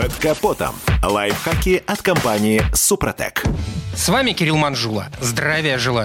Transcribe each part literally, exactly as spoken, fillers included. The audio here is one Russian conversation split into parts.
Под капотом. Лайфхаки от компании «Супротек». С вами Кирилл Манжула. Здравия желаю.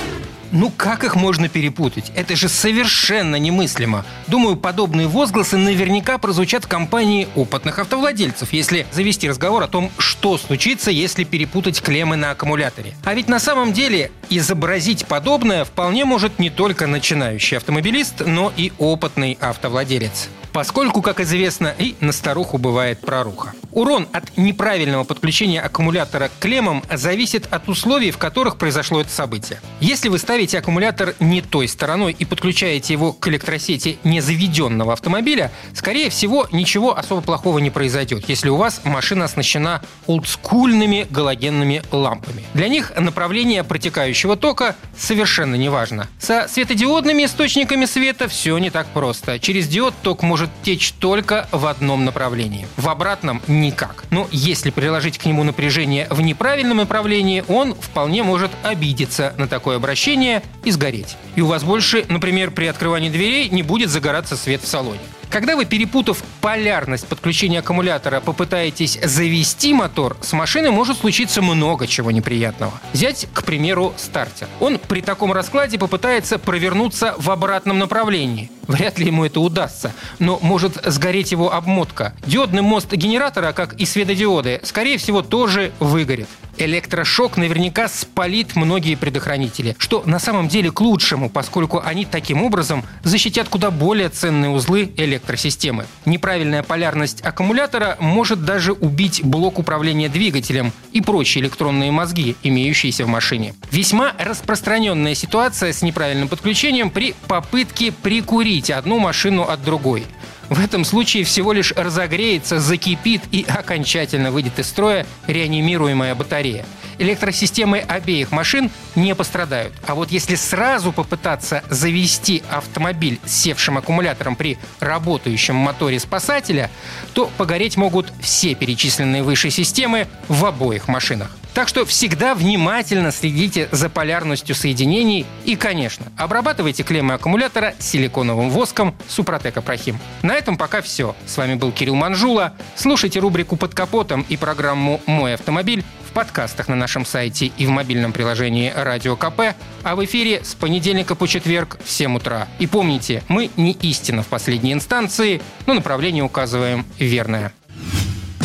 Ну как их можно перепутать? Это же совершенно немыслимо. Думаю, подобные возгласы наверняка прозвучат в компании опытных автовладельцев, если завести разговор о том, что случится, если перепутать клеммы на аккумуляторе. А ведь на самом деле изобразить подобное вполне может не только начинающий автомобилист, но и опытный автовладелец. Поскольку, как известно, и на старуху бывает проруха. Урон от неправильного подключения аккумулятора к клеммам зависит от условий, в которых произошло это событие. Если вы ставите аккумулятор не той стороной и подключаете его к электросети незаведенного автомобиля, скорее всего, ничего особо плохого не произойдет, если у вас машина оснащена олдскульными галогенными лампами. Для них направление протекающего тока совершенно не важно. Со светодиодными источниками света все не так просто. Через диод ток может течь только в одном направлении. В обратном – никак. Но если приложить к нему напряжение в неправильном направлении, он вполне может обидеться на такое обращение и сгореть. И у вас больше, например, при открывании дверей не будет загораться свет в салоне. Когда вы, перепутав полярность подключения аккумулятора, попытаетесь завести мотор, с машиной может случиться много чего неприятного. Взять, к примеру, стартер. Он при таком раскладе попытается провернуться в обратном направлении. Вряд ли ему это удастся, но может сгореть его обмотка. Диодный мост генератора, как и светодиоды, скорее всего, тоже выгорит. Электрошок наверняка спалит многие предохранители, что на самом деле к лучшему, поскольку они таким образом защитят куда более ценные узлы электросистемы. Неправильная полярность аккумулятора может даже убить блок управления двигателем и прочие электронные мозги, имеющиеся в машине. Весьма распространенная ситуация с неправильным подключением при попытке прикурить одну машину от другой. В этом случае всего лишь разогреется, закипит и окончательно выйдет из строя реанимируемая батарея. Электросистемы обеих машин не пострадают. А вот если сразу попытаться завести автомобиль с севшим аккумулятором при работающем моторе спасателя, то погореть могут все перечисленные выше системы в обоих машинах. Так что всегда внимательно следите за полярностью соединений и, конечно, обрабатывайте клеммы аккумулятора силиконовым воском Супротек Апрахим. На этом пока все. С вами был Кирилл Манжула. Слушайте рубрику «Под капотом» и программу «Мой автомобиль» в подкастах на нашем сайте и в мобильном приложении Радио КП, а в эфире с понедельника по четверг в семь утра. И помните, мы не истина в последней инстанции, но направление указываем верное.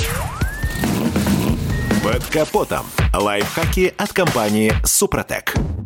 Под капотом. Лайфхаки от компании «Супротек».